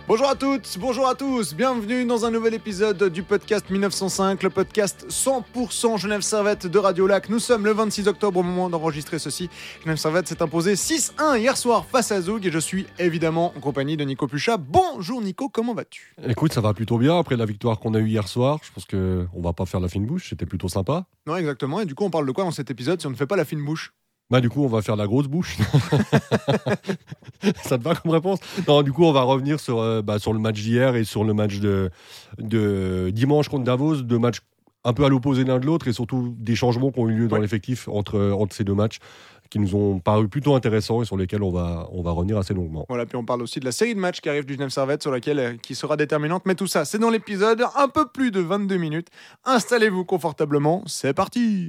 Bonjour à toutes, bonjour à tous, bienvenue dans un nouvel épisode du podcast 1905, le podcast 100% Genève Servette de Radio Lac. Nous sommes le 26 octobre au moment d'enregistrer ceci. Genève Servette s'est imposé 6-1 hier soir face à Zoug et je suis évidemment en compagnie de Nico Puchat. Bonjour Nico, comment vas-tu ? Écoute, ça va plutôt bien après la victoire qu'on a eue hier soir. Je pense qu'on va pas faire la fine bouche, c'était plutôt sympa. Non, exactement, et du coup on parle de quoi dans cet épisode si on ne fait pas la fine bouche ? Bah du coup on va faire la grosse bouche. Ça te va comme réponse ? Non, du coup on va revenir sur le match d'hier et sur le match de dimanche contre Davos, deux matchs un peu à l'opposé l'un de l'autre et surtout des changements qui ont eu lieu dans l'effectif entre ces deux matchs qui nous ont paru plutôt intéressants et sur lesquels on va revenir assez longuement. Voilà, puis on parle aussi de la série de matchs qui arrive du Genève Servette sur laquelle qui sera déterminante, mais tout ça c'est dans l'épisode, un peu plus de 22 minutes. Installez-vous confortablement, c'est parti.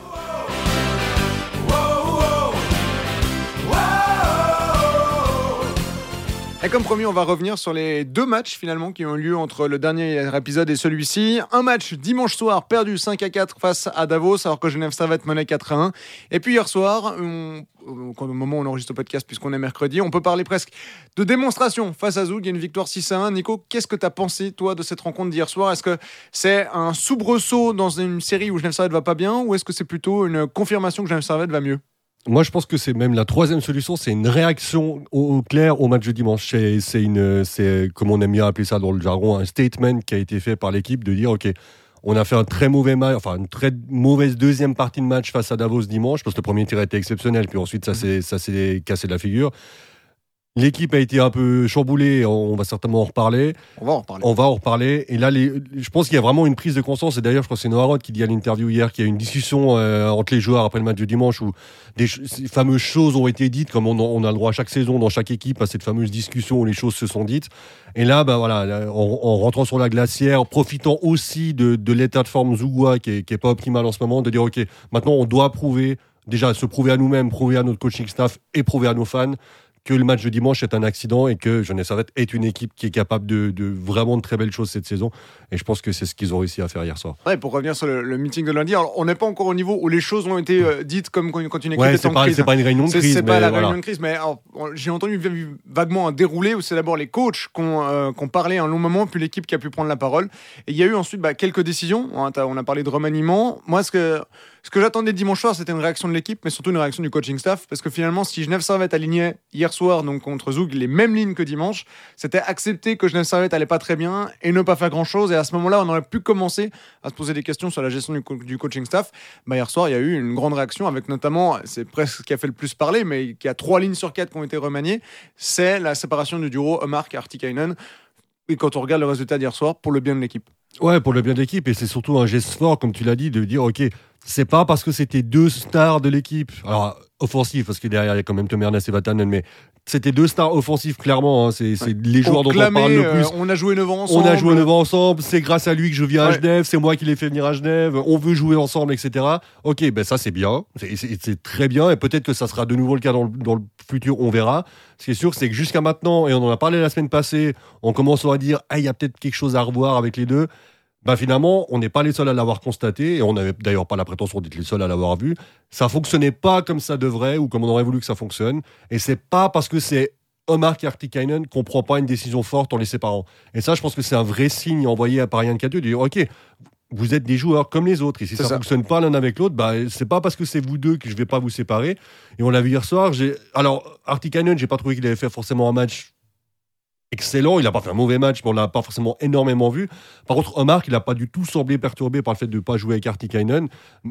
Et comme promis, on va revenir sur les deux matchs finalement qui ont eu lieu entre le dernier épisode et celui-ci. Un match dimanche soir perdu 5-4 face à Davos alors que Genève Servette menait 4-1. Et puis hier soir, au moment où on enregistre le podcast puisqu'on est mercredi, on peut parler presque de démonstration face à Zoug. Il y a une victoire 6-1. Nico, qu'est-ce que tu as pensé toi de cette rencontre d'hier soir ? Est-ce que c'est un soubresaut dans une série où Genève Servette va pas bien ou est-ce que c'est plutôt une confirmation que Genève Servette va mieux ? Moi, je pense que c'est même la troisième solution, c'est une réaction au clair au match de dimanche. C'est comme on aime bien appeler ça dans le jargon, un statement qui a été fait par l'équipe de dire, ok, on a fait un très mauvais match, enfin une très mauvaise deuxième partie de match face à Davos dimanche, parce que le premier tir était exceptionnel, puis ensuite ça s'est cassé de la figure. L'équipe a été un peu chamboulée, on va certainement en reparler. On va en reparler. Et là, je pense qu'il y a vraiment une prise de conscience. Et d'ailleurs, je crois que c'est Noah Roth qui dit à l'interview hier qu'il y a une discussion entre les joueurs après le match du dimanche où ces fameuses choses ont été dites, comme on a le droit chaque saison dans chaque équipe à cette fameuse discussion où les choses se sont dites. Et là, en rentrant sur la glacière, profitant aussi de l'état de forme zougois qui est pas optimal en ce moment, de dire ok, maintenant on doit se prouver à nous-mêmes, prouver à notre coaching staff et prouver à nos fans que le match de dimanche est un accident et que Genève Servette est une équipe qui est capable de vraiment de très belles choses cette saison. Et je pense que c'est ce qu'ils ont réussi à faire hier soir. Ouais, pour revenir sur le meeting de lundi, alors on n'est pas encore au niveau où les choses ont été dites comme quand une équipe est en crise. C'est pas une réunion de crise. C'est pas la réunion de crise, mais alors, j'ai entendu vaguement un déroulé où c'est d'abord les coachs qui ont parlé un long moment, puis l'équipe qui a pu prendre la parole. Et il y a eu ensuite quelques décisions. On a parlé de remaniement. Moi, ce que j'attendais dimanche soir, c'était une réaction de l'équipe, mais surtout une réaction du coaching staff, parce que finalement, si Genève Servette alignait hier soir, donc contre Zoug, les mêmes lignes que dimanche, c'était accepter que Genève Servette allait pas très bien et ne pas faire grand-chose. Et à ce moment-là, on aurait pu commencer à se poser des questions sur la gestion du coaching staff. Hier soir, il y a eu une grande réaction avec notamment, c'est presque ce qui a fait le plus parler, mais qui a 3 lignes sur 4 qui ont été remaniées, c'est la séparation du duo Omark-Artikainen. Et quand on regarde le résultat d'hier soir, pour le bien de l'équipe. Ouais, pour le bien de l'équipe, et c'est surtout un geste fort, comme tu l'as dit, de dire, ok, c'est pas parce que c'était deux stars de l'équipe, alors offensif, parce que derrière il y a quand même Tomernes et Vatanen, mais c'était deux stars offensives, clairement, hein, c'est les joueurs dont on parle le plus. On a joué 9 ans ensemble. C'est grâce à lui que je viens à Genève, c'est moi qui l'ai fait venir à Genève, on veut jouer ensemble, etc. Ok, ça c'est bien, c'est très bien, et peut-être que ça sera de nouveau le cas dans le futur, on verra. Ce qui est sûr, c'est que jusqu'à maintenant, et on en a parlé la semaine passée, on commence à dire, il y a peut-être quelque chose à revoir avec les deux. Finalement, on n'est pas les seuls à l'avoir constaté, et on n'avait d'ailleurs pas la prétention d'être les seuls à l'avoir vu. Ça fonctionnait pas comme ça devrait, ou comme on aurait voulu que ça fonctionne, et c'est pas parce que c'est Omark et Artikainen qu'on prend pas une décision forte en les séparant. Et ça, je pense que c'est un vrai signe envoyé à Paris N4 de dire, ok, vous êtes des joueurs comme les autres, et si ça fonctionne pas l'un avec l'autre, c'est pas parce que c'est vous deux que je vais pas vous séparer. Et on l'a vu hier soir. Alors, Artikainen, j'ai pas trouvé qu'il avait fait forcément un match excellent, il n'a pas fait un mauvais match, mais on l'a pas forcément énormément vu. Par contre, Omark, il n'a pas du tout semblé perturbé par le fait de ne pas jouer avec Artikainen.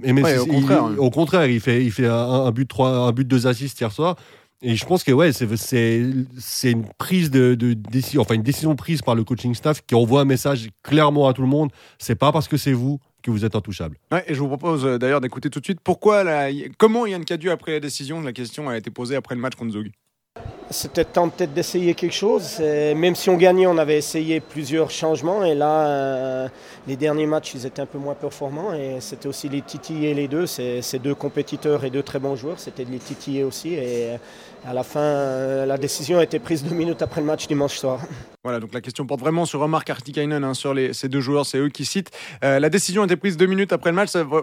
Au contraire, il fait un but 2 assists hier soir. Et je pense que c'est une prise de décision, enfin une décision prise par le coaching staff qui envoie un message clairement à tout le monde. C'est pas parce que c'est vous que vous êtes intouchable. Ouais, et je vous propose d'ailleurs d'écouter tout de suite comment Yann Cadieux a pris la décision. La question a été posée après le match contre Zoug. C'était temps peut-être d'essayer quelque chose. Même si on gagnait, on avait essayé plusieurs changements. Et là, les derniers matchs, ils étaient un peu moins performants. Et c'était aussi les titiller les deux. C'est deux compétiteurs et deux très bons joueurs. C'était de les titiller aussi. Et à la fin, la décision a été prise 2 minutes après le match dimanche soir. Voilà, donc la question porte vraiment sur Omark Artikainen, sur ces deux joueurs, c'est eux qui citent. La décision a été prise 2 minutes après le match.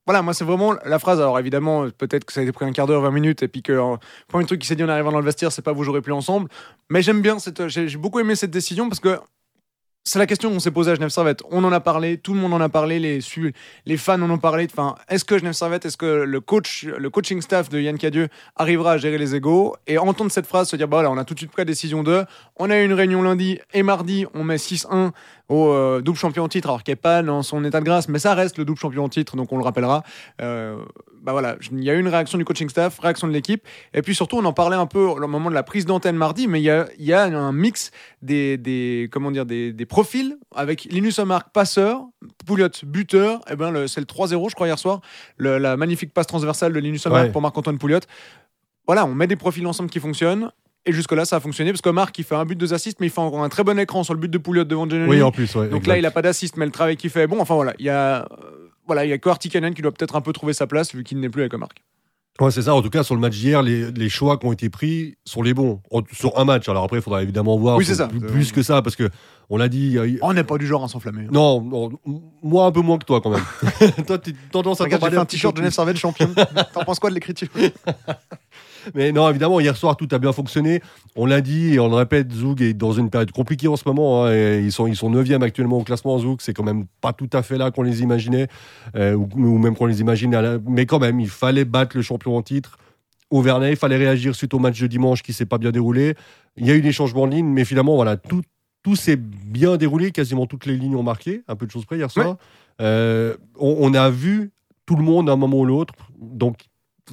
voilà, moi c'est vraiment la phrase. Alors évidemment, peut-être que ça a été pris un quart d'heure, 20 minutes, et puis que le premier truc qui s'est dit en arrivant dans le vestiaire, c'est pas vous jouerez plus ensemble. Mais j'aime bien j'ai beaucoup aimé cette décision parce que c'est la question qu'on s'est posée à Genève Servette. On en a parlé, tout le monde en a parlé, les fans en ont parlé. Enfin, est-ce que Genève Servette, est-ce que le coaching staff de Yann Cadieux arrivera à gérer les égos et entendre cette phrase se dire bah voilà, on a tout de suite pris la décision on a eu une réunion lundi et mardi, on met 6-1 au double champion en titre, alors qu'il n'est pas dans son état de grâce, mais ça reste le double champion en titre, donc on le rappellera. Bah voilà, il y a eu une réaction du coaching staff, réaction de l'équipe, et puis surtout on en parlait un peu au moment de la prise d'antenne mardi, mais il y a un mix des profils avec Linus Omark passeur, Pouliot buteur, et c'est le 3-0 je crois hier soir, la magnifique passe transversale de Linus Omark pour Marc-Antoine Pouliot. Voilà, on met des profils ensemble qui fonctionnent. Et jusque-là, ça a fonctionné parce que Marc, il fait un but, 2 assists, mais il fait encore un très bon écran sur le but de Pouliot devant Giannoni. Oui, en plus, ouais. Donc exact. là, il n'a pas d'assist, mais le travail qu'il fait est bon. Enfin voilà, il y a que Artikainen qui doit peut-être un peu trouver sa place vu qu'il n'est plus avec Marc. Ouais, c'est ça. En tout cas, sur le match d'hier, les choix qui ont été pris sont les bons. Sur un match. Alors après, il faudra évidemment voir plus que ça parce que on l'a dit. On n'est pas du genre à s'enflammer. Non, moi un peu moins que toi quand même. Toi, tu as tendance à regarde, j'ai fait un t-shirt Genève Servette champion. T'en penses quoi de l'écriture? Mais non, évidemment, hier soir, tout a bien fonctionné. On l'a dit et on le répète, Zug est dans une période compliquée en ce moment. Et ils sont 9e actuellement au classement. Zug, c'est quand même pas tout à fait là qu'on les imaginait, ou même qu'on les imagine. Mais quand même, il fallait battre le champion en titre au Vernet. Il fallait réagir suite au match de dimanche qui s'est pas bien déroulé. Il y a eu des changements de ligne, mais finalement, voilà, tout s'est bien déroulé. Quasiment toutes les lignes ont marqué, un peu de choses près hier soir. Ouais. On a vu tout le monde à un moment ou l'autre. Donc,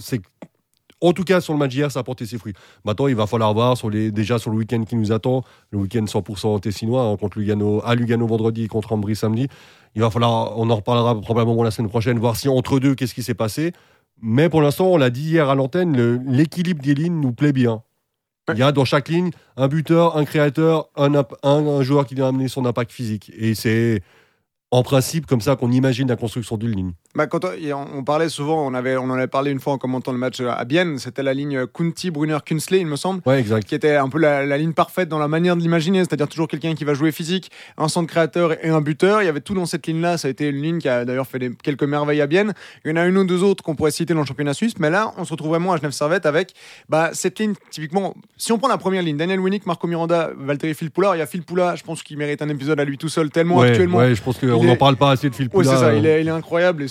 en tout cas, sur le match d'hier, ça a porté ses fruits. Maintenant, il va falloir voir déjà sur le week-end qui nous attend, le week-end 100% tessinois, contre Lugano vendredi et contre Ambry samedi. Il va falloir, on en reparlera probablement la semaine prochaine, voir si entre deux, qu'est-ce qui s'est passé. Mais pour l'instant, on l'a dit hier à l'antenne, l'équilibre des lignes nous plaît bien. Il y a dans chaque ligne un buteur, un créateur, un joueur qui vient amener son impact physique. Et c'est en principe comme ça qu'on imagine la construction d'une ligne. Quand on parlait souvent, on en avait parlé une fois en commentant le match à Bienne, c'était la ligne Kunti, Brunner, Künzle, il me semble, qui était un peu la ligne parfaite dans la manière de l'imaginer, c'est-à-dire toujours quelqu'un qui va jouer physique, un centre créateur et un buteur. Il y avait tout dans cette ligne-là, ça a été une ligne qui a d'ailleurs fait quelques merveilles à Bienne. Il y en a une ou deux autres qu'on pourrait citer dans le championnat suisse, mais là, on se retrouve vraiment à Genève Servette avec cette ligne, typiquement, si on prend la première ligne, Daniel Winnick, Marco Miranda, Valtteri Filppula, il y a Filppula, je pense qu'il mérite un épisode à lui tout seul, tellement actuellement. Ouais, je pense qu'on n'en parle pas assez de Filppula. Oui, c'est ça, il est incroyable et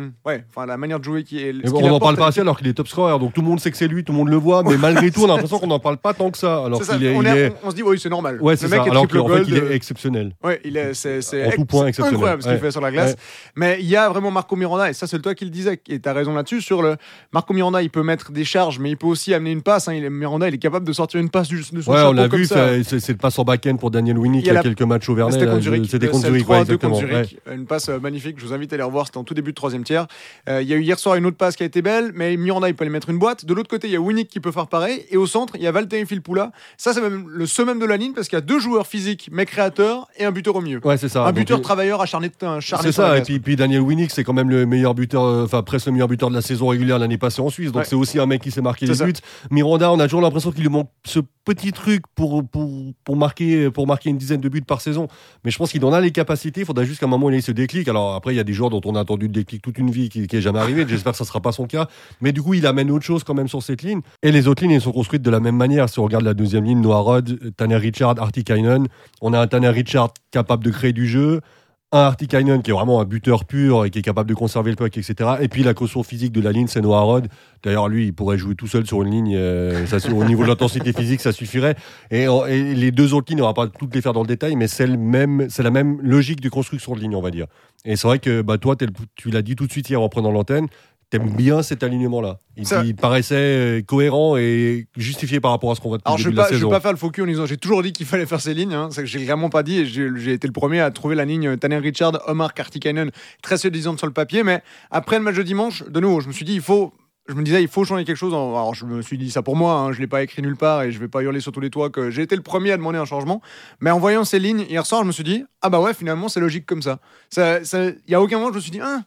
la manière de jouer qui est. On n'en parle pas assez alors qu'il est top scorer, donc tout le monde sait que c'est lui, tout le monde le voit, mais malgré tout, on a l'impression qu'on n'en parle pas tant que ça. Alors on se dit, oui, c'est normal. Ouais, c'est le mec ça. est Alors triple qu'en fait, gold. il est exceptionnel. Ouais, c'est en tout point exceptionnel. Incroyable ce qu'il fait sur la glace. Mais il y a vraiment Marco Miranda, et ça, c'est toi qui le disais, et tu as raison là-dessus. Sur le Marco Miranda, il peut mettre des charges, mais il peut aussi amener une passe. Miranda, il est capable de sortir une passe de son chapeau. On l'a vu, c'est le passe en back-end pour Daniel Winnick il y a quelques matchs au Vernet. C'était contre Zurich. Exactement. Une passe magnifique. Je vous invite à aller revoir. C'était en tout début de troisième tiers. Il y a eu hier soir une autre passe qui a été belle, mais Miranda, il peut aller mettre une boîte. De l'autre côté, il y a Winnick qui peut faire pareil. Et au centre, il y a Valtteri Filppula. Ça, c'est même le summum de la ligne parce qu'il y a deux joueurs physiques, mais créateurs, et un buteur au milieu. Ouais, c'est ça. Un buteur travailleur acharné. C'est ça. Et puis Daniel Winnick, c'est quand même le meilleur buteur, presque le meilleur buteur de la saison régulière l'année passée en Suisse. Donc c'est aussi un mec qui s'est marqué les buts. Miranda, on a toujours l'impression qu'il lui manque ce petit truc pour marquer une dizaine de buts par saison. Mais je pense qu'il en a les capacités. Il faudra juste qu'à un moment il ait ce déclic. Alors après, il y a des joueurs dont on a attendu le déclic toute une vie qui est jamais arrivé. J'espère que ça sera pas son cas. Mais du coup, il amène autre chose quand même sur cette ligne. Et les autres lignes, elles sont construites de la même manière. Si on regarde la deuxième ligne, Noah Rod, Tanner Richard, Artikainen, on a un Tanner Richard capable de créer du jeu, un Artikainen qui est vraiment un buteur pur et qui est capable de conserver le puck, etc. Et puis la caution physique de la ligne, c'est Noah Rod. D'ailleurs, lui, il pourrait jouer tout seul sur une ligne. Au niveau de l'intensité physique, ça suffirait. Et les deux autres lignes, on va pas toutes les faire dans le détail, mais c'est la même logique de construction de ligne, on va dire. Et c'est vrai que toi, tu l'as dit tout de suite hier en prenant l'antenne, t'aimes bien cet alignement-là. Il paraissait cohérent et justifié par rapport à ce qu'on voit depuis le début de la saison. Je ne vais pas faire le focus en disant j'ai toujours dit qu'il fallait faire ces lignes. C'est que j'ai vraiment pas dit. Et j'ai été le premier à trouver la ligne Tanner Richard, Omar Artikainen très séduisante sur le papier. Mais après le match de dimanche, de nouveau, je me suis dit il faut changer quelque chose. Alors je me suis dit ça pour moi. Je l'ai pas écrit nulle part et je vais pas hurler sur tous les toits que j'ai été le premier à demander un changement. Mais en voyant ces lignes hier soir, je me suis dit ah bah ouais finalement c'est logique comme ça. Il y a aucun moment je me suis dit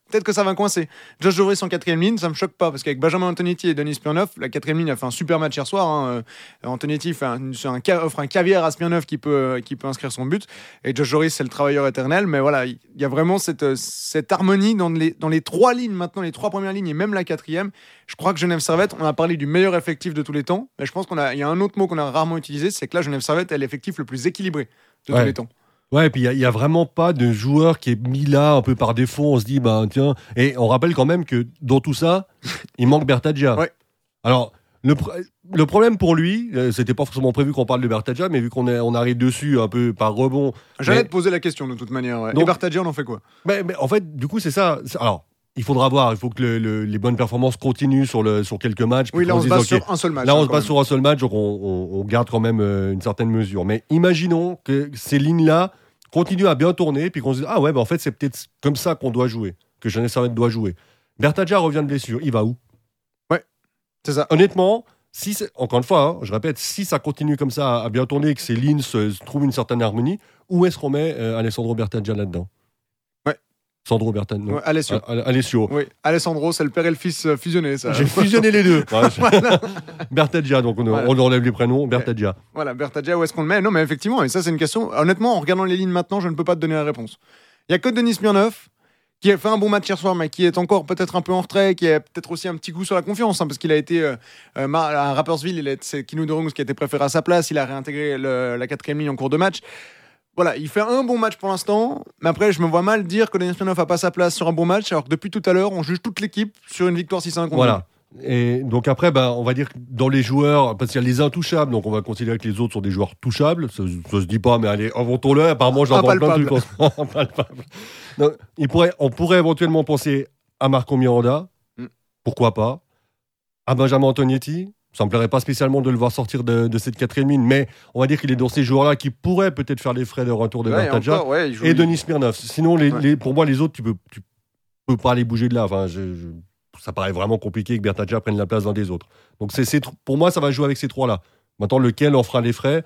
peut-être que ça va coincer. Josh Joris en 4ème ligne, ça me choque pas, parce qu'avec Benjamin Antonetti et Denis Smirnov, la 4ème ligne a fait un super match hier soir. Hein. Antonetti offre un caviar à Smirnov qui peut inscrire son but, et Josh Joris, c'est le travailleur éternel. Mais voilà, il y a vraiment cette harmonie dans les 3 lignes maintenant, les 3 premières lignes et même la 4ème. Je crois que Genève Servette, on a parlé du meilleur effectif de tous les temps, mais je pense qu'il y a un autre mot qu'on a rarement utilisé, c'est que là, Genève Servette est l'effectif le plus équilibré de tous les temps. Ouais, et puis il y a vraiment pas de joueur qui est mis là un peu par défaut. On se dit, tiens. Et on rappelle quand même que dans tout ça, il manque Bertaggia. Ouais. Alors, le problème pour lui, c'était pas forcément prévu qu'on parle de Bertaggia, mais vu qu'on arrive dessus un peu par rebond. J'allais te poser la question de toute manière. Ouais. Donc, et Bertaggia, on en fait quoi ? mais en fait, du coup, c'est ça. Alors, il faudra voir. Il faut que les bonnes performances continuent sur quelques matchs. Oui, là, on se base sur un seul match. Là, on se base sur un seul match, donc on garde quand même une certaine mesure. Mais imaginons que ces lignes-là continuent à bien tourner, puis qu'on se dise, en fait, c'est peut-être comme ça qu'on doit jouer, que Genève Servette doit jouer. Bertaggia revient de blessure. Il va où ? Ouais, c'est ça. Honnêtement, encore une fois, je répète, si ça continue comme ça à bien tourner et que ces lignes se trouvent une certaine harmonie, où est-ce qu'on met Alessandro Bertaggia là-dedans ? Sandro Bertaggia. Ouais, Alessio. Oui, Alessandro, c'est le père et le fils fusionnés. Ça. J'ai fusionné les deux. Voilà. Bertaggia, donc on enlève les prénoms. Bertaggia. Voilà, Bertaggia, où est-ce qu'on le met ? Non, mais effectivement, et ça, c'est une question. Honnêtement, en regardant les lignes maintenant, je ne peux pas te donner la réponse. Il n'y a que Denis Smirnov, qui a fait un bon match hier soir, mais qui est encore peut-être un peu en retrait, qui a peut-être aussi un petit coup sur la confiance, parce qu'il a été à Rapperswil, c'est Kino de Rungs qui a été préféré à sa place, il a réintégré la 4ème ligne en cours de match. Voilà, il fait un bon match pour l'instant, mais après, je me vois mal dire que Denis Smirnov n'a pas sa place sur un bon match, alors que depuis tout à l'heure, on juge toute l'équipe sur une victoire 6-1 contre Voilà. Et donc après, on va dire que dans les joueurs, parce qu'il y a les intouchables, donc on va considérer que les autres sont des joueurs touchables. Ça se dit pas, mais allez, inventons-le. Apparemment, j'en vois plein de trucs. Donc, on pourrait éventuellement penser à Marco Miranda, pourquoi pas, à Benjamin Antonetti. Ça me plairait pas spécialement de le voir sortir de cette 4ème ligne, mais on va dire qu'il est dans ces joueurs-là qui pourraient peut-être faire les frais de retour de Bertaggia et Denis Smirnov. Sinon, pour moi, les autres, tu peux pas les bouger de là. Enfin, ça paraît vraiment compliqué que Bertaggia prenne la place d'un des autres. Donc, pour moi, ça va jouer avec ces 3-là. Maintenant, lequel en fera les frais,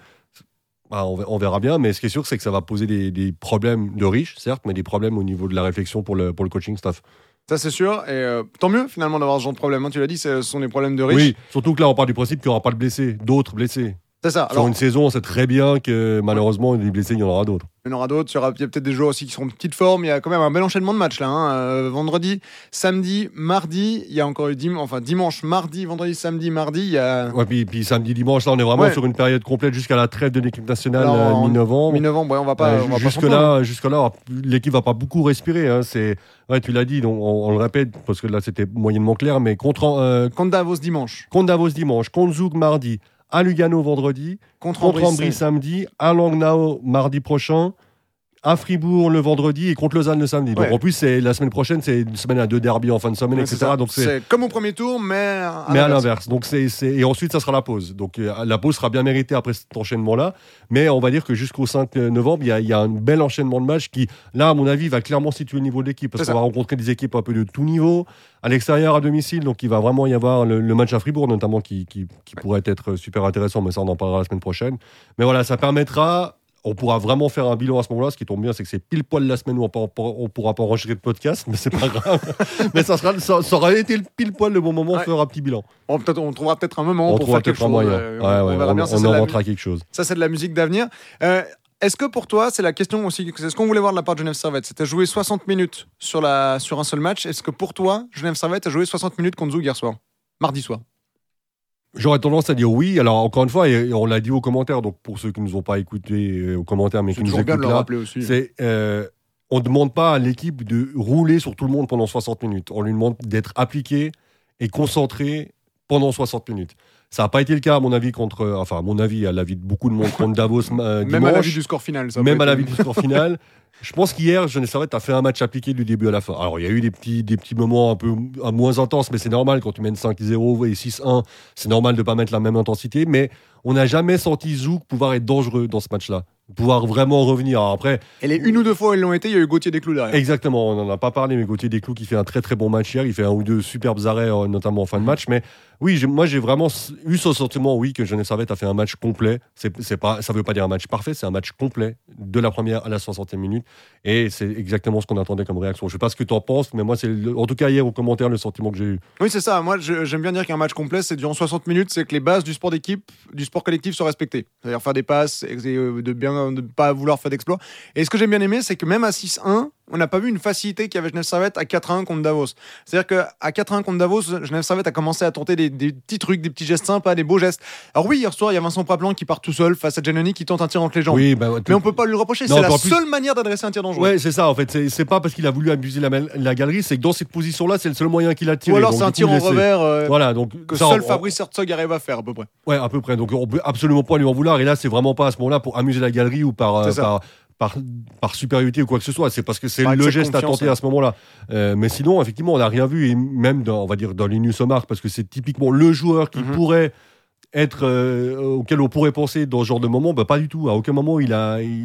on verra bien, mais ce qui est sûr, c'est que ça va poser des problèmes de riches, certes, mais des problèmes au niveau de la réflexion pour le coaching staff. Ça, c'est sûr. Et tant mieux, finalement, d'avoir ce genre de problème. Hein, tu l'as dit, ce sont des problèmes de riches. Oui, surtout que là, on part du principe qu'il n'y aura pas de blessés, d'autres blessés. C'est ça. Sur une saison, on sait très bien que malheureusement, des blessés, il y en aura d'autres. Il y en aura d'autres. Il y a peut-être des joueurs aussi qui seront en petite forme. Il y a quand même un bel enchaînement de matchs là. Hein. Vendredi, samedi, mardi. Il y a encore eu dimanche, mardi, vendredi, samedi, mardi. Il y a... Ouais, puis samedi, dimanche, là, on est vraiment sur une période complète jusqu'à la trêve de l'équipe nationale mi-novembre. Mi-novembre, on va pas. Jusque-là, l'équipe va pas beaucoup respirer. Hein. Tu l'as dit, donc on le répète parce que là, c'était moyennement clair. Mais contre Davos dimanche. Contre Zug mardi. À Lugano vendredi, contre Ambry samedi, à Langnau mardi prochain, à Fribourg le vendredi et contre Lausanne le samedi. Donc en plus, la semaine prochaine, c'est une semaine à 2 derbies en fin de semaine, etc. Donc c'est comme au premier tour, mais à l'inverse. Donc et ensuite, ça sera la pause. Donc la pause sera bien méritée après cet enchaînement-là. Mais on va dire que jusqu'au 5 novembre, il y a un bel enchaînement de matchs qui, là, à mon avis, va clairement situer le niveau de l'équipe. Parce qu'on va rencontrer des équipes un peu de tout niveau, à l'extérieur, à domicile. Donc il va vraiment y avoir le match à Fribourg, notamment, qui pourrait être super intéressant. Mais ça, on en parlera la semaine prochaine. Mais voilà, ça permettra... On pourra vraiment faire un bilan à ce moment-là. Ce qui tombe bien, c'est que c'est pile poil la semaine où on pourra pas enregistrer de podcast, mais c'est pas grave. Mais ça aura été pile poil le bon moment de faire un petit bilan. On trouvera peut-être un moment pour faire quelque chose. On verra bien. On inventera quelque chose. Ça, c'est de la musique d'avenir. Est-ce que pour toi, c'est la question aussi, c'est ce qu'on voulait voir de la part de Genève Servette, c'était jouer 60 minutes sur un seul match. Est-ce que pour toi, Genève Servette a joué 60 minutes contre Zug hier soir, mardi soir? J'aurais tendance à dire oui. Alors, encore une fois, et on l'a dit aux commentaires, donc pour ceux qui ne nous ont pas écoutés aux commentaires, mais qui nous écoutent là, on ne demande pas à l'équipe de rouler sur tout le monde pendant 60 minutes. On lui demande d'être appliqué et concentré pendant 60 minutes. Ça n'a pas été le cas, à mon avis, à l'avis de beaucoup de monde contre Davos dimanche. Même à l'avis du score final. Du score final. Je pense qu'hier, Genève Servette a fait un match appliqué du début à la fin. Alors, il y a eu des petits moments un peu moins intenses, mais c'est normal quand tu mènes 5-0 et 6-1. C'est normal de ne pas mettre la même intensité, mais on n'a jamais senti Zouk pouvoir être dangereux dans ce match-là. pouvoir vraiment revenir. Alors après, et les une ou deux fois où ils l'ont été, il y a eu Gauthier Desclous derrière. Exactement, on n'en a pas parlé, mais Gauthier Desclous qui fait un très très bon match hier, il fait un ou deux superbes arrêts, notamment en fin de match. Mais oui, moi j'ai vraiment eu ce sentiment, que Genève Servette a fait un match complet. C'est pas, ça veut pas dire un match parfait, c'est un match complet de la première à la 60e minute. Et c'est exactement ce qu'on attendait comme réaction. Je sais pas ce que tu en penses, mais moi c'est en tout cas hier au commentaire le sentiment que j'ai eu. Oui, c'est ça. Moi j'aime bien dire qu'un match complet, c'est durant 60 minutes, c'est que les bases du sport d'équipe, du sport collectif sont respectées. C'est-à-dire faire des passes, de pas vouloir faire d'exploits. Et ce que j'ai bien aimé, c'est que même à 6-1, on n'a pas vu une facilité qu'avait Genève Servette à 4-1 contre Davos. C'est-à-dire qu'à 4-1 contre Davos, Genève Servette a commencé à tenter des petits trucs, des petits gestes sympas, des beaux gestes. Alors oui, hier soir, il y a Vincent Praplan qui part tout seul face à Giannoni qui tente un tir entre les jambes. Oui, mais on peut pas lui le reprocher, c'est la seule manière d'adresser un tir dangereux. Ouais, c'est ça en fait. C'est pas parce qu'il a voulu abuser la galerie, c'est que dans cette position-là, c'est le seul moyen qu'il a tiré. Ou alors c'est un tir en revers voilà, donc, que seul Fabrice Herzog arrive à faire à peu près. Ouais, à peu près. Donc on peut absolument pas lui en vouloir. Et là, c'est vraiment pas à ce moment-là pour amuser la galerie ou par supériorité ou quoi que ce soit, c'est parce que c'est le geste à tenter à ce moment-là. Mais sinon, effectivement, on n'a rien vu, et même dans Linus Omark, parce que c'est typiquement le joueur qui pourrait être auquel on pourrait penser dans ce genre de moment, pas du tout. À aucun moment il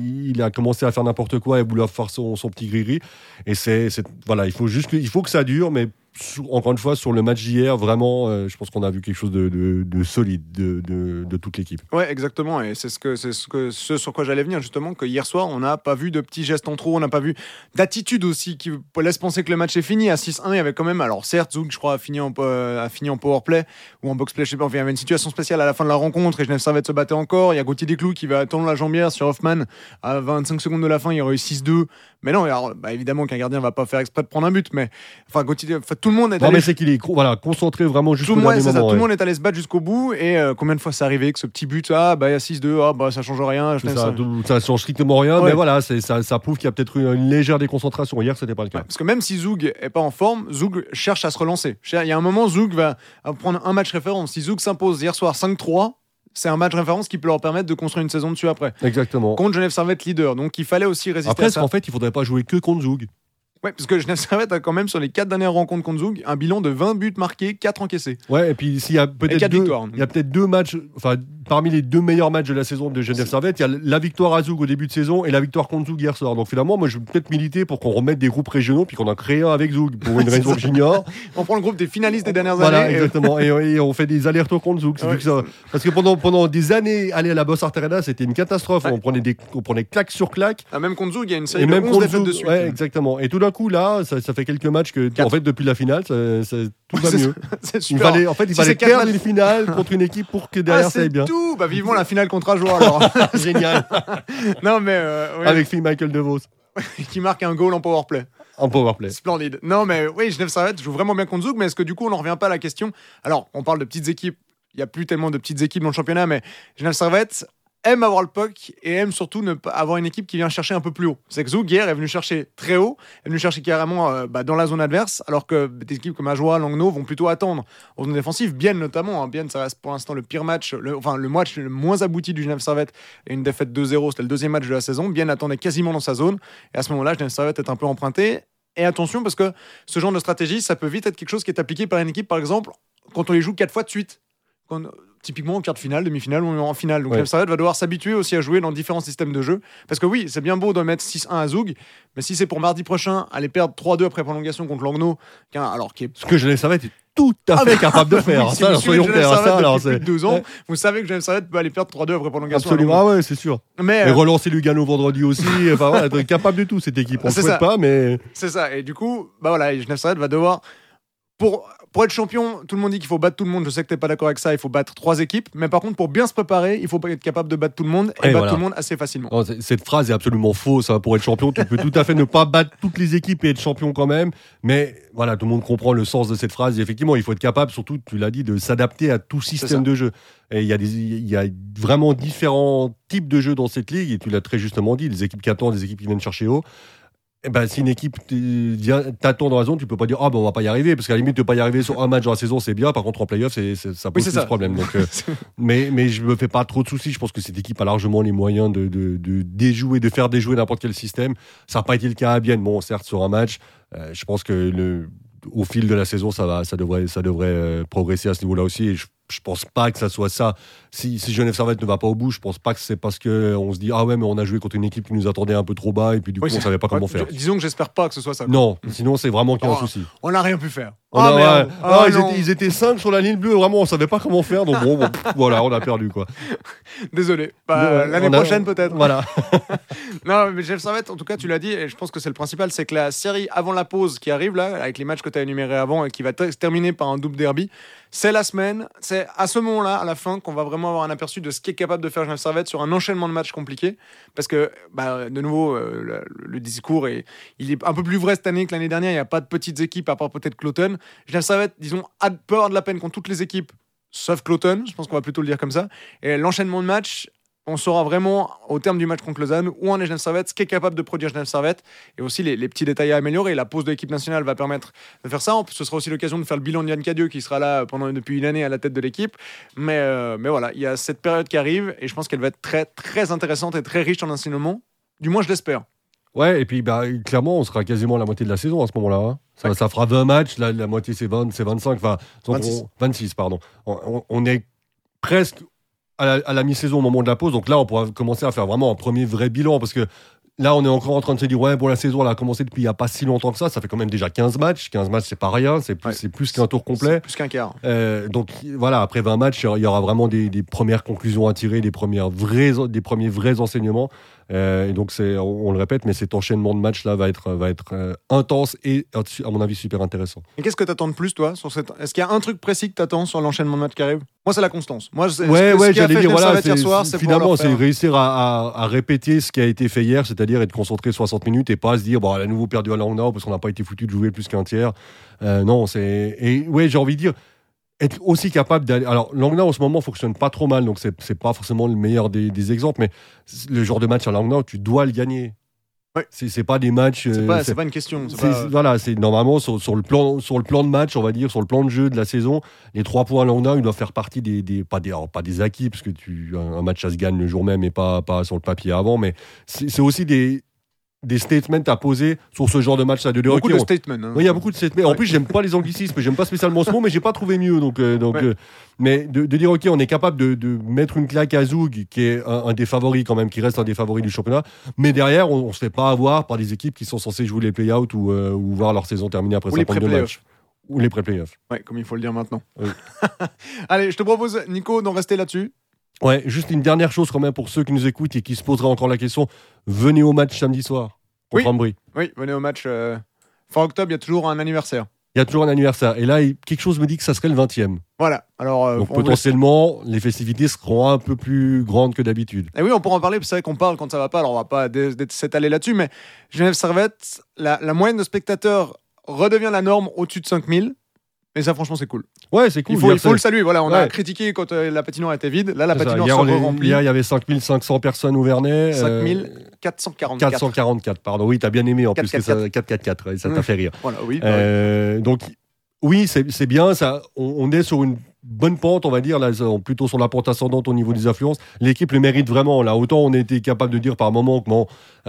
a commencé à faire n'importe quoi et vouloir faire son petit gris-gris. Et voilà, il faut que ça dure, mais encore une fois, sur le match d'hier, vraiment, je pense qu'on a vu quelque chose de solide de toute l'équipe. Ouais, exactement. Et c'est ce sur quoi j'allais venir, justement, que hier soir, on n'a pas vu de petits gestes en trop, on n'a pas vu d'attitude aussi qui laisse penser que le match est fini. À 6-1, il y avait quand même, alors certes, Zug, je crois, a fini en powerplay ou en box-play, je sais pas, enfin, il y avait une situation spéciale à la fin de la rencontre et Genève Servette se battait encore. Il y a Gauthier Desclous qui va tendre la jambière sur Hoffman à 25 secondes de la fin, il y aurait eu 6-2. Mais non, alors, évidemment qu'un gardien va pas faire exprès de prendre un but, mais enfin, tout le monde est allé. Non, mais c'est qu'il est concentré vraiment jusqu'au dernier moment. Tout le monde est allé se battre jusqu'au bout. Et combien de fois c'est arrivé que ce petit but, il y a 6-2, ça change rien. Ça change strictement rien, mais voilà, ça prouve qu'il y a peut-être une légère déconcentration. Hier, c'était pas le cas. Ouais, parce que même si Zug est pas en forme, Zug cherche à se relancer. Il y a un moment, Zug va prendre un match référence. Si Zug s'impose hier soir 5-3, c'est un match référence qui peut leur permettre de construire une saison dessus après. Exactement. Contre Genève Servette leader. Donc il fallait aussi résister à ça. Après, en fait, il faudrait pas jouer que contre Zug. Ouais, parce que Genève Servette a quand même sur les 4 dernières rencontres contre Zug un bilan de 20 buts marqués, 4 encaissés. Ouais, et puis s'il y a peut-être deux matchs, enfin parmi les deux meilleurs matchs de la saison de Genève Servette, il y a la victoire à Zug au début de saison et la victoire contre Zug hier soir. Donc finalement, moi je vais peut-être militer pour qu'on remette des groupes régionaux puis qu'on en crée un avec Zug pour une raison que j'ignore. On prend le groupe des finalistes des dernières années. Voilà, exactement. Et on fait des allers-retours contre Zug. Parce que pendant des années, aller à la Boss Arena, c'était une catastrophe. Ouais. On prenait claque sur claque. Même contre Zug, il y a une série de 11 défaites de suite. Ouais, exactement. Et tout d'un coup, là, ça fait quelques matchs que, en fait, depuis la finale, tout va mieux. C'est super. Il fallait perdre les finales contre une équipe pour que derrière ça aille bien. Tout. Vivement la finale contre Ajoie alors. Génial. Non mais oui. Avec Phil Michael DeVos qui marque un goal en powerplay. En powerplay. Splendide. Non mais oui, Genève Servette joue vraiment bien contre Zug, mais est-ce que du coup on n'en revient pas à la question? Alors, on parle de petites équipes. Il n'y a plus tellement de petites équipes dans le championnat, mais Genève Servette aime avoir le puck et aime surtout ne pas avoir une équipe qui vient chercher un peu plus haut. C'est que Zug hier est venu chercher très haut, est venu chercher carrément dans la zone adverse, alors que des équipes comme Ajoie, Langnau vont plutôt attendre en zone défensive. Bienne notamment, Bienne ça reste pour l'instant le pire match, le match le moins abouti du Genève Servette et une défaite 2-0, c'était le deuxième match de la saison. Bienne attendait quasiment dans sa zone et à ce moment-là, Genève Servette est un peu emprunté. Et attention parce que ce genre de stratégie, ça peut vite être quelque chose qui est appliqué par une équipe, par exemple, quand on les joue 4 fois de suite. Typiquement en quart de finale, demi-finale ou en finale. Donc Genève Servette va devoir s'habituer aussi à jouer dans différents systèmes de jeu. Parce que oui, c'est bien beau de mettre 6-1 à Zug, mais si c'est pour mardi prochain aller perdre 3-2 après prolongation contre Langnau, ce que Genève Servette est tout à fait capable de faire. Si vous suivez Genève Servette depuis plus de 2 ans, vous savez que Genève Servette peut aller perdre 3-2 après prolongation. Absolument, ouais, c'est sûr. Et relancer Lugano vendredi aussi. Enfin, voilà, être capable de tout cette équipe. On ne souhaite pas, mais c'est ça. Et du coup, Genève Servette va devoir pour être champion, tout le monde dit qu'il faut battre tout le monde. Je sais que tu n'es pas d'accord avec ça. Il faut battre 3 équipes. Mais par contre, pour bien se préparer, il faut être capable de battre tout le monde et battre tout le monde assez facilement. Non, cette phrase est absolument fausse. Pour être champion, tu peux tout à fait ne pas battre toutes les équipes et être champion quand même. Mais voilà, tout le monde comprend le sens de cette phrase. Et effectivement, il faut être capable, surtout, tu l'as dit, de s'adapter à tout système de jeu. Et il y a vraiment différents types de jeux dans cette ligue. Et tu l'as très justement dit, des équipes qui attendent, des équipes qui viennent chercher haut. Si une équipe t'attend dans la zone, tu peux pas dire on va pas y arriver, parce qu'à la limite de pas y arriver sur un match dans la saison c'est bien, par contre en play-off ça pose plus de problème. Donc, mais je me fais pas trop de soucis. Je pense que cette équipe a largement les moyens de faire déjouer n'importe quel système. Ça n'a pas été le cas à Bienne, bon certes sur un match. Je pense que au fil de la saison ça devrait progresser à ce niveau-là aussi. Et je pense pas que ça soit ça. Si Genève Servette ne va pas au bout, je pense pas que c'est parce qu'on se dit ah ouais, mais on a joué contre une équipe qui nous attendait un peu trop bas et puis du coup on savait pas comment faire. Disons que j'espère pas que ce soit ça. Non, sinon c'est vraiment qu'il y a un souci. On n'a rien pu faire. Ils étaient 5 sur la ligne bleue, vraiment on savait pas comment faire, donc voilà, on a perdu quoi. Désolé. L'année prochaine peut-être. Voilà. Non, mais Genève Servette, en tout cas, tu l'as dit, et je pense que c'est le principal, c'est que la série avant la pause qui arrive là, avec les matchs que tu as énumérés avant et qui va se terminer par un double derby, c'est la semaine, c'est à ce moment-là, à la fin, qu'on va vraiment avoir un aperçu de ce qu'est capable de faire Genève Servette sur un enchaînement de matchs compliqués. Parce que, de nouveau, le discours il est un peu plus vrai cette année que l'année dernière. Il n'y a pas de petites équipes, à part peut-être Cloton. Genève Servette, disons, a peur de la peine contre toutes les équipes, sauf Cloton. Je pense qu'on va plutôt le dire comme ça. Et l'enchaînement de matchs, on saura vraiment, au terme du match contre Lausanne, où en est Genève Servette, ce qu'est capable de produire Genève Servette, et aussi les petits détails à améliorer. La pause de l'équipe nationale va permettre de faire ça. Ce sera aussi l'occasion de faire le bilan de Yann Cadieux, qui sera là depuis une année à la tête de l'équipe. Mais voilà, il y a cette période qui arrive, et je pense qu'elle va être très, très intéressante et très riche en enseignements. Du moins, je l'espère. Ouais, et puis clairement, on sera quasiment à la moitié de la saison à ce moment-là. Hein. Ça fera 20 matchs, la moitié c'est 25, enfin 26, pardon. On est presque à la mi-saison au moment de la pause, donc là on pourra commencer à faire vraiment un premier vrai bilan, parce que là on est encore en train de se dire ouais, bon, la saison elle a commencé depuis il n'y a pas si longtemps que ça fait quand même déjà 15 matchs c'est pas rien, c'est plus qu'un tour complet, c'est plus qu'un quart, donc voilà, après 20 matchs il y aura vraiment des premières conclusions à tirer, des premiers vrais enseignements, et donc on le répète, mais cet enchaînement de matchs là va être intense et à mon avis super intéressant. Et qu'est-ce que tu attends de plus toi sur est-ce qu'il y a un truc précis que tu attends sur l'enchaînement de matchs qui arrive? Moi c'est la constance. Moi j'allais dire voilà, hier soir, finalement c'est réussir à répéter ce qui a été fait hier, c'est-à-dire être concentré 60 minutes et pas se dire elle a nouveau perdu à Langnau parce qu'on n'a pas été foutu de jouer plus qu'un tiers. Non, j'ai envie de dire être aussi capable d'aller. Alors Langnau en ce moment fonctionne pas trop mal, donc c'est pas forcément le meilleur des exemples, mais le genre de match à Langnau, tu dois le gagner. Ouais. C'est pas des matchs. C'est pas une question. Voilà, c'est normalement sur le plan de match, on va dire, sur le plan de jeu de la saison, les 3 points à Langnau, ils doivent faire partie pas des acquis, parce que un match ça se gagne le jour même et pas sur le papier avant, mais c'est aussi des statements à poser sur ce genre de match. Beaucoup de statements. Hein. Oui, il y a beaucoup de statements. En plus, j'aime pas les anglicismes, j'aime pas spécialement ce mot, mais j'ai pas trouvé mieux. Mais de dire, OK, on est capable de mettre une claque à Zoug, qui est un des favoris quand même, qui reste un des favoris du championnat, mais derrière, on se fait pas avoir par des équipes qui sont censées jouer les play-outs ou voir leur saison terminée après 52 matchs. Ou les pré-playoffs. Ouais, comme il faut le dire maintenant. Oui. Allez, je te propose, Nico, d'en rester là-dessus. Ouais, juste une dernière chose quand même pour ceux qui nous écoutent et qui se poseraient encore la question, venez au match samedi soir contre Ambry. Oui, venez au match. Fin octobre, il y a toujours un anniversaire. Il y a toujours un anniversaire. Et là, quelque chose me dit que ça serait le 20e. Voilà. Alors, donc potentiellement, les festivités seront un peu plus grandes que d'habitude. Et oui, on pourra en parler, c'est vrai qu'on parle quand ça va pas, alors on va pas s'étaler là-dessus, mais Genève Servette, la moyenne de spectateurs redevient la norme au-dessus de 5000. Et ça, franchement, c'est cool. Ouais, c'est cool. Il faut le saluer. Voilà, on a critiqué quand la patinoire était vide. Là, la patinoire se remplit. Hier, il y avait 5500 personnes au Vernet. 5444. 444, pardon. Oui, t'as bien aimé en 4, plus 4, que ça. 444, ça t'a fait rire. Voilà, oui. Donc, oui, c'est bien. Ça, on est sur une bonne pente, on va dire, là, plutôt sur la pente ascendante au niveau des affluences. L'équipe le mérite vraiment. Là, autant on a été capable de dire par moment que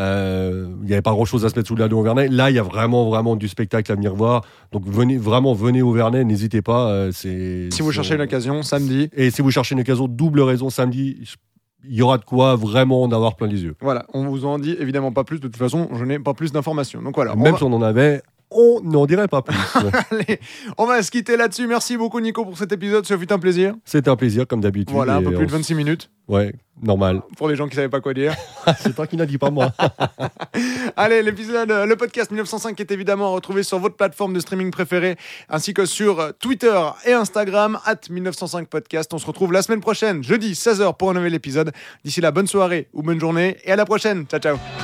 il n'y avait pas grand-chose à se mettre sous la dent au Vernet. Là, il y a vraiment du spectacle à venir voir. Donc, venez au Vernet, n'hésitez pas. Si vous cherchez une occasion, samedi. Et si vous cherchez une occasion, double raison, samedi. Il y aura de quoi vraiment en avoir plein les yeux. Voilà, on vous en dit évidemment pas plus. De toute façon, je n'ai pas plus d'informations. Donc voilà. Même si on en avait, on n'en dirait pas plus. Allez, on va se quitter là-dessus. Merci beaucoup, Nico, pour cet épisode. Ça fut un plaisir. C'était un plaisir, comme d'habitude. Voilà, un peu plus de 26 minutes. Ouais, normal. Pour les gens qui ne savaient pas quoi dire. C'est toi qui n'as dit, pas moi. Allez, le podcast 1905 est évidemment retrouvé sur votre plateforme de streaming préférée, ainsi que sur Twitter et Instagram, @1905podcast. On se retrouve la semaine prochaine, jeudi 16h, pour un nouvel épisode. D'ici là, bonne soirée ou bonne journée, et à la prochaine. Ciao, ciao.